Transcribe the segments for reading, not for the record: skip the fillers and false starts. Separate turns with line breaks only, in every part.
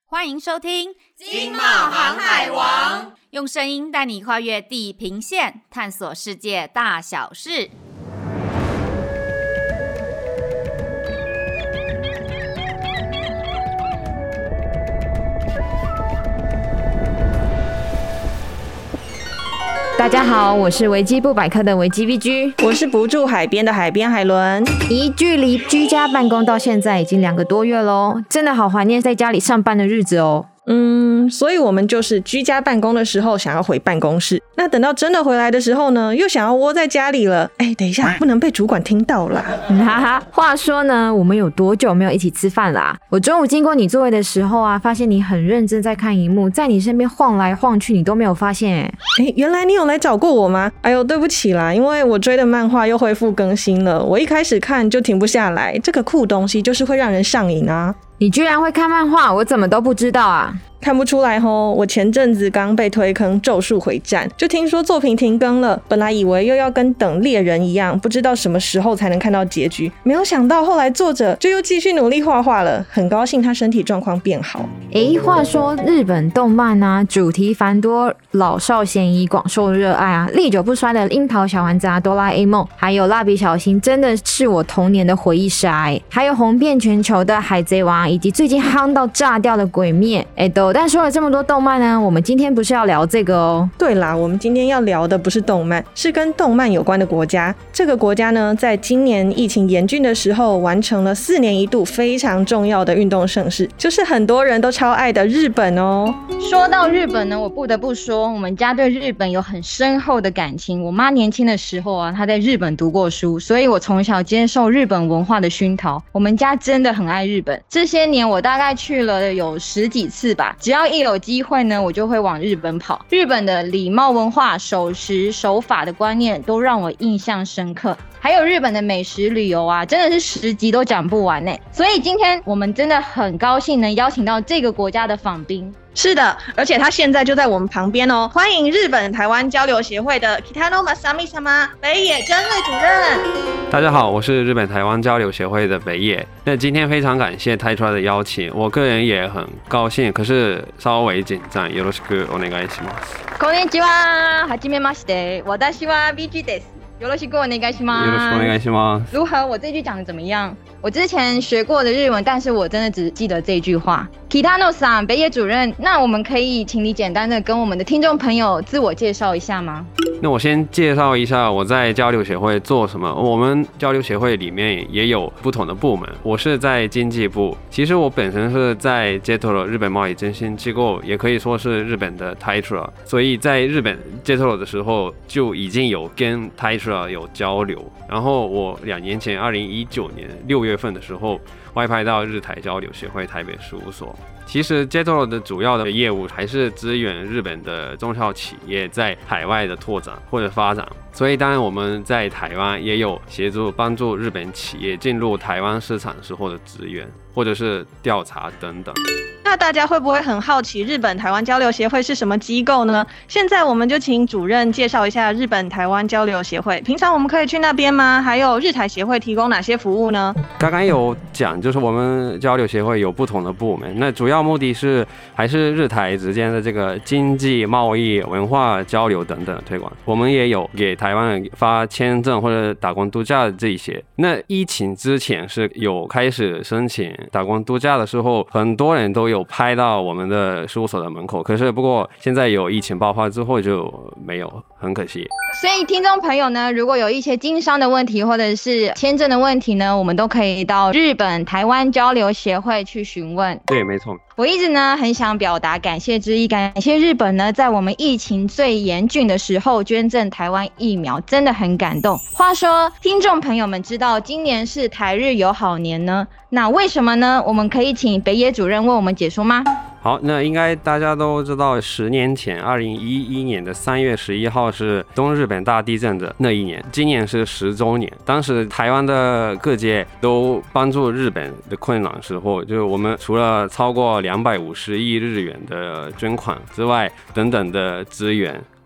欢迎收听《
经贸航海王》，
用声音带你跨越地平线，探索世界大小事。
大家好，我是维基不百科的维基 VG，
我是不住海边的海边海伦。
距离居家办公到现在已经2个多月咯，真的好怀念在家里上班的日子哦。
所以我们就是居家办公的时候想要回办公室，那等到真的回来的时候呢，又想要窝在家里了。等一下，不能被主管听到啦。
哈哈，话说呢，我们有多久没有一起吃饭啦？我中午经过你座位的时候啊，发现你很认真在看荧幕，在你身边晃来晃去，你都没有发现
原来你有来找过我吗？哎呦，对不起啦，因为我追的漫画又恢复更新了，我一开始看就停不下来，这个酷东西就是会让人上瘾啊。
你居然会看漫画，我怎么都不知道啊。
看不出来吼，我前阵子刚被推坑咒术回战，就听说作品停更了，本来以为又要跟等猎人一样，不知道什么时候才能看到结局，没有想到后来作者就又继续努力画画了，很高兴他身体状况变好。
话说日本动漫啊，主题繁多，老少咸宜，广受热爱啊，历久不衰的樱桃小丸子啊，哆啦 A 梦，还有蜡笔小新，真的是我童年的回忆杀还有红遍全球的海贼王，以及最近夯到炸掉的鬼灭但说了这么多动漫呢，我们今天不是要聊这个哦。
对啦，我们今天要聊的不是动漫，是跟动漫有关的国家。这个国家呢，在今年疫情严峻的时候，完成了4年一度非常重要的运动盛事，就是很多人都超爱的日本哦。
说到日本呢，我不得不说，我们家对日本有很深厚的感情。我妈年轻的时候啊，她在日本读过书，所以我从小接受日本文化的熏陶。我们家真的很爱日本，这些年我大概去了有10几次吧。只要一有机会呢，我就会往日本跑。日本的礼貌文化、守时守法的观念都让我印象深刻。还有日本的美食旅游啊，真的是10集都讲不完所以今天我们真的很高兴能邀请到这个国家的访宾。
是的，而且他现在就在我们旁边哦。欢迎日本台湾交流协会的 Kitano Masami様北野真瑞主任。
大家好，我是日本台湾交流协会的北野。那今天非常感谢Taitra的邀请，我个人也很高兴，可是稍微紧张。よろしくお願いします。
こんにちは、はじめまして。私は BG です。よろしくお願いします。
よろしくお願いします。
如何？我这句讲的怎么样？我之前学过的日文，但是我真的只记得这句话。Kitanoさん，北野主任，那我们可以请你简单的跟我们的听众朋友自我介绍一下吗？
那我先介绍一下我在交流协会做什么。我们交流协会里面也有不同的部门，我是在经济部。其实我本身是在 JETRO 日本贸易振兴机构，也可以说是日本的 Taitra， 所以在日本 JETRO 的时候就已经有跟 Taitra 有交流。然后我2年前2019年6月份的时候外派到日台交流协会台北事务所。其实 JETRO 的主要的业务还是支援日本的中小企业在海外的拓展或者发展，所以当然我们在台湾也有协助帮助日本企业进入台湾市场时候的支援或者是调查等等。
那大家会不会很好奇日本台湾交流协会是什么机构呢？现在我们就请主任介绍一下日本台湾交流协会，平常我们可以去那边吗？还有日台协会提供哪些服务呢？
刚刚有讲，就是我们交流协会有不同的部门，那主要目的是还是日台之间的这个经济贸易文化交流等等的推广。我们也有给台湾人发签证或者打工度假的这些。那疫情之前是有开始申请打工度假的时候，很多人都有拍到我们的事务所的门口，可是不过现在有疫情爆发之后就没有，很可惜。
所以听众朋友呢，如果有一些经商的问题或者是签证的问题呢，我们都可以到日本台湾交流协会去询问。
对，没错。
我一直呢很想表达感谢之意，感谢日本呢在我们疫情最严峻的时候捐赠台湾疫苗，真的很感动。话说听众朋友们知道今年是台日友好年呢，那为什么呢？我们可以请北野主任为我们解说吗？
好，那应该大家都知道10年前2011年的3月11号是东日本大地震的那一年，今年是10周年。当时台湾的各界都帮助日本的困难时候，就是我们除了超过250亿日元的捐款之外，等等的资源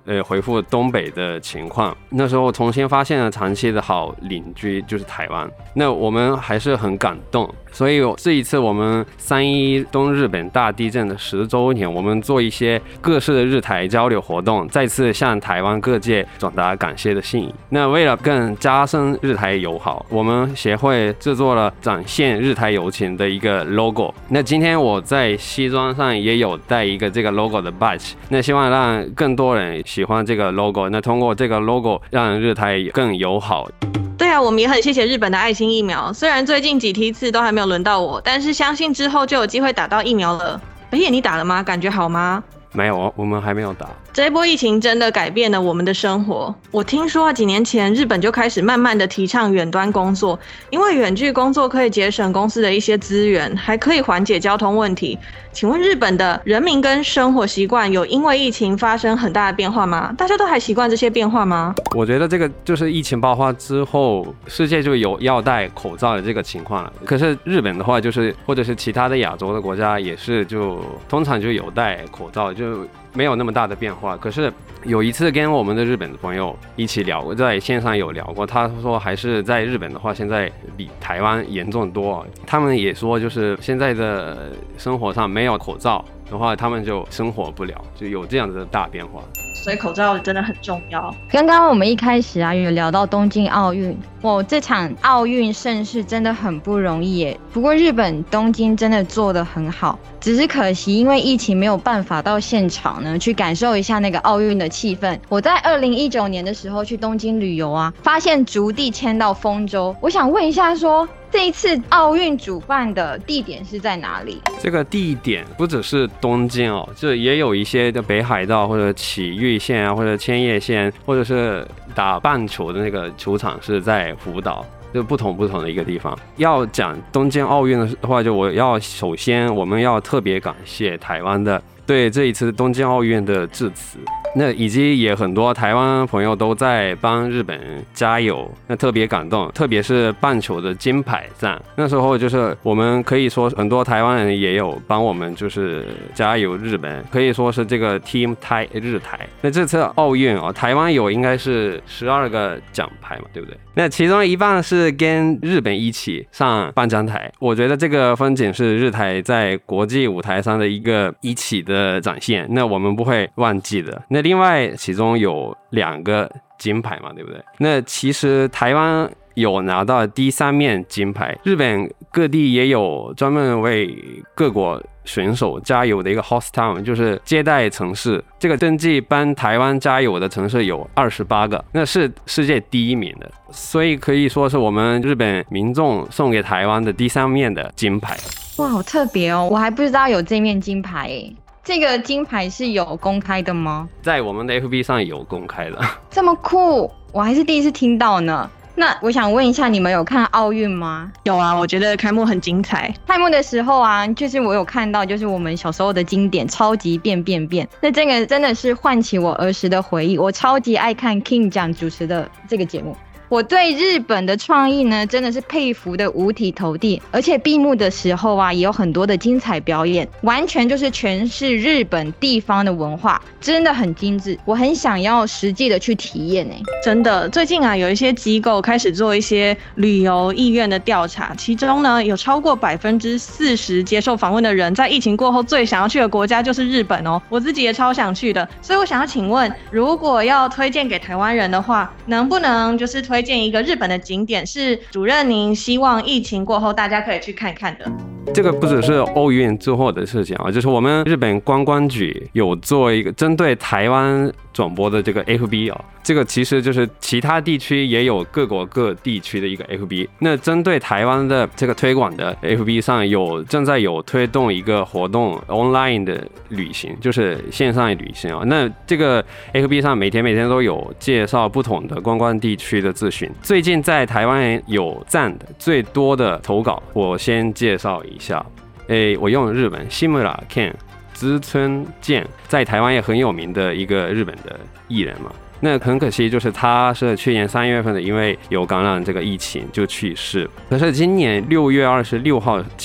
回复东北的情况。那时候重新发现了长期的好邻居就是台湾，那我们还是很感动。所以这一次我们3.1东日本大地震的10周年，我们做一些各式的日台交流活动，再次向台湾各界转达感谢的信意。那为了更加深日台友好，我们协会制作了展现日台友情的一个 logo。那今天我在西装上也有带一个这个 logo 的 badge， 那希望让更多人喜欢这个 logo， 那通过这个 logo 让日台更友好。
对啊，我们也很谢谢日本的爱心疫苗，虽然最近几梯次都还没有轮到我，但是相信之后就有机会打到疫苗了。而且你打了吗？感觉好吗？
没有，我们还没有打。
这一波疫情真的改变了我们的生活。我听说几年前日本就开始慢慢的提倡远端工作，因为远距工作可以节省公司的一些资源，还可以缓解交通问题。请问日本的人民跟生活习惯有因为疫情发生很大的变化吗？大家都还习惯这些变化吗？
我觉得这个就是疫情爆发之后，世界就有要戴口罩的这个情况了。可是日本的话，就是或者是其他的亚洲的国家也是就通常就有戴口罩，就没有那么大的变化。可是有一次跟我们的日本的朋友一起聊过，在线上有聊过，他说还是在日本的话，现在比台湾严重多。他们也说，就是现在的生活上没有口罩的话，他们就生活不了，就有这样的大变化。
所以口罩真的很重要。
刚刚我们一开始有聊到东京奥运，这场奥运盛事真的很不容易耶。不过日本东京真的做得很好，只是可惜因为疫情没有办法到现场呢，去感受一下那个奥运的气氛。我在2019年的时候去东京旅游发现逐地迁到丰州。我想问一下说，这一次奥运主办的地点是在哪里？
这个地点不只是东京就也有一些的北海道或者埼玉县或者千叶县，或者是打棒球的那个球场是在福岛，就不同的一个地方。要讲东京奥运的话，就首先我们要特别感谢台湾的对这一次东京奥运的致辞，那以及也很多台湾朋友都在帮日本加油，那特别感动。特别是棒球的金牌战，那时候就是我们可以说很多台湾人也有帮我们就是加油日本，可以说是这个 Team 日台。那这次奥运台湾有应该是12个奖牌嘛，对不对？那其中一半是跟日本一起上颁奖台，我觉得这个风景是日台在国际舞台上的一个一起的展现，那我们不会忘记的。那另外其中有2个金牌嘛，对不对？那其实台湾有拿到第3面金牌，日本各地也有专门为各国选手加油的一个 host town， 就是接待城市。这个登记帮台湾加油的城市有28个，那是世界第1名的，所以可以说是我们日本民众送给台湾的第3面的金牌。
哇，好特别我还不知道有这面金牌耶。这个金牌是有公开的吗？
在我们的 FB 上有公开的。
这么酷，我还是第一次听到呢。那我想问一下，你们有看奥运吗？
有啊，我觉得开幕很精彩。
开幕的时候就是我有看到，就是我们小时候的经典超级变。那这个真的是唤起我儿时的回忆。我超级爱看 King 讲主持的这个节目。我对日本的创意呢，真的是佩服的五体投地，而且闭幕的时候也有很多的精彩表演，完全就是诠释日本地方的文化，真的很精致。我很想要实际的去体验
真的，最近有一些机构开始做一些旅游意愿的调查，其中呢有超过40%接受访问的人在疫情过后最想要去的国家就是日本我自己也超想去的。所以我想要请问，如果要推荐给台湾人的话，能不能就是推荐一个日本的景点是主任您希望疫情过后大家可以去看看的？
这个不只是奥运之后的事情就是我们日本观光局有做一个针对台湾转播的这个 FB 这个其实就是其他地区也有各国各地区的一个 FB。那针对台湾的这个推广的 FB 上正在有推动一个活动 online 的旅行，就是线上旅行那这个 FB 上每天都有介绍不同的观光地区的资讯。最近在台湾有赞的最多的投稿，我先介绍一下。我用日文西村健知村健，在台湾也很有名的一个日本的艺人嘛。那很可惜，就是他是去年3月份的，因为有感染这个疫情就去世。可是今年6月26号起，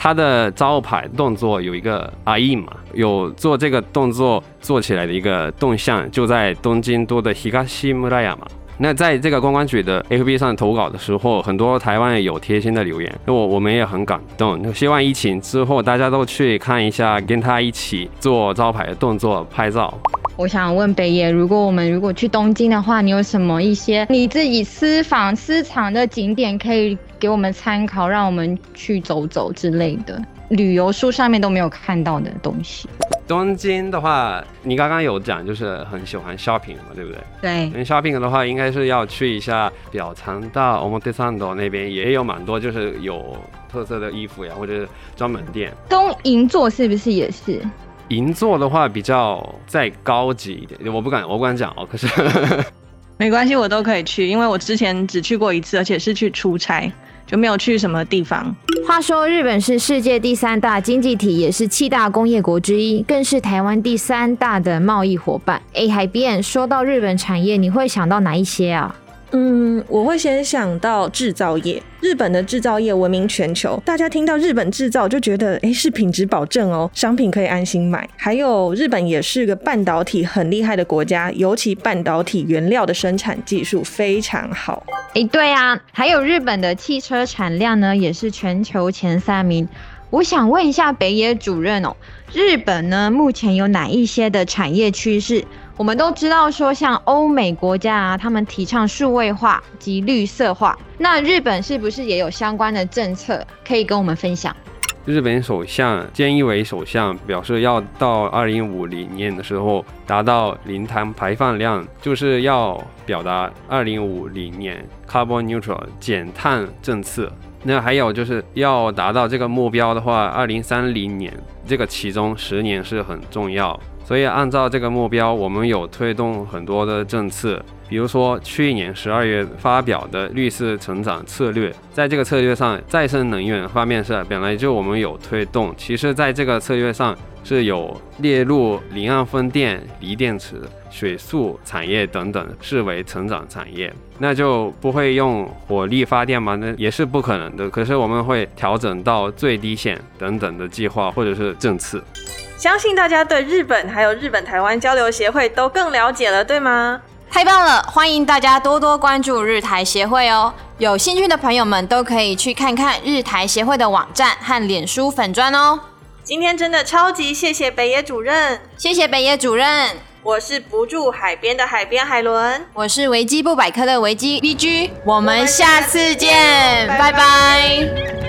它的招牌动作有一个阿印嘛，有做这个动作做起来的一个动向，就在东京都的東村山。那在这个观光局的 FB 上投稿的时候，很多台湾有贴心的留言，我们也很感动。希望疫情之后大家都去看一下，跟他一起做招牌的动作拍照。
我想问北野，如果去东京的话，你有什么一些你自己私藏的景点可以给我们参考，让我们去走走之类的，旅游书上面都没有看到的东西？
东京的话，你刚刚有讲就是很喜欢 shopping 嘛，对不对？
对。
shopping 的话，应该是要去一下表参道、表参道那边也有蛮多，就是有特色的衣服呀，或者是专门店。
东银座是不是也是？
银座的话比较再高级一点，我不敢讲哦。可是
没关系，我都可以去，因为我之前只去过一次，而且是去出差，就没有去什么地方。
话说，日本是世界第3大经济体，也是7大工业国之一，更是台湾第3大的贸易伙伴。海边说到日本产业，你会想到哪一些啊？
我会先想到制造业。日本的制造业闻名全球，大家听到日本制造就觉得是品质保证哦，商品可以安心买。还有日本也是个半导体很厉害的国家，尤其半导体原料的生产技术非常好。
对啊，还有日本的汽车产量呢，也是全球前3名。我想问一下北野主任哦，日本呢目前有哪一些的产业趋势？我们都知道说，像欧美国家啊，他们提倡数位化及绿色化，那日本是不是也有相关的政策可以跟我们分享？
日本首相菅义伟首相表示，要到2050年的时候达到零碳排放量，就是要表达2050年 carbon neutral 减碳政策。那还有就是要达到这个目标的话，2030年这个其中10年是很重要。所以按照这个目标，我们有推动很多的政策，比如说去年12月发表的绿色成长策略，在这个策略上，再生能源方面是本来就我们有推动，其实在这个策略上是有列入离岸风电、锂电池、水素产业等等视为成长产业，那就不会用火力发电吗？那也是不可能的。可是我们会调整到最低线等等的计划或者是政策。
相信大家对日本还有日本台湾交流协会都更了解了，对吗？
太棒了，欢迎大家多多关注日台协会哦。有兴趣的朋友们都可以去看看日台协会的网站和脸书粉专哦。
今天真的超级谢谢北野主任，
谢谢北野主任。
我是不住海边的海边海伦，
我是维基不百科的维基 VG， 我们下次见，拜拜。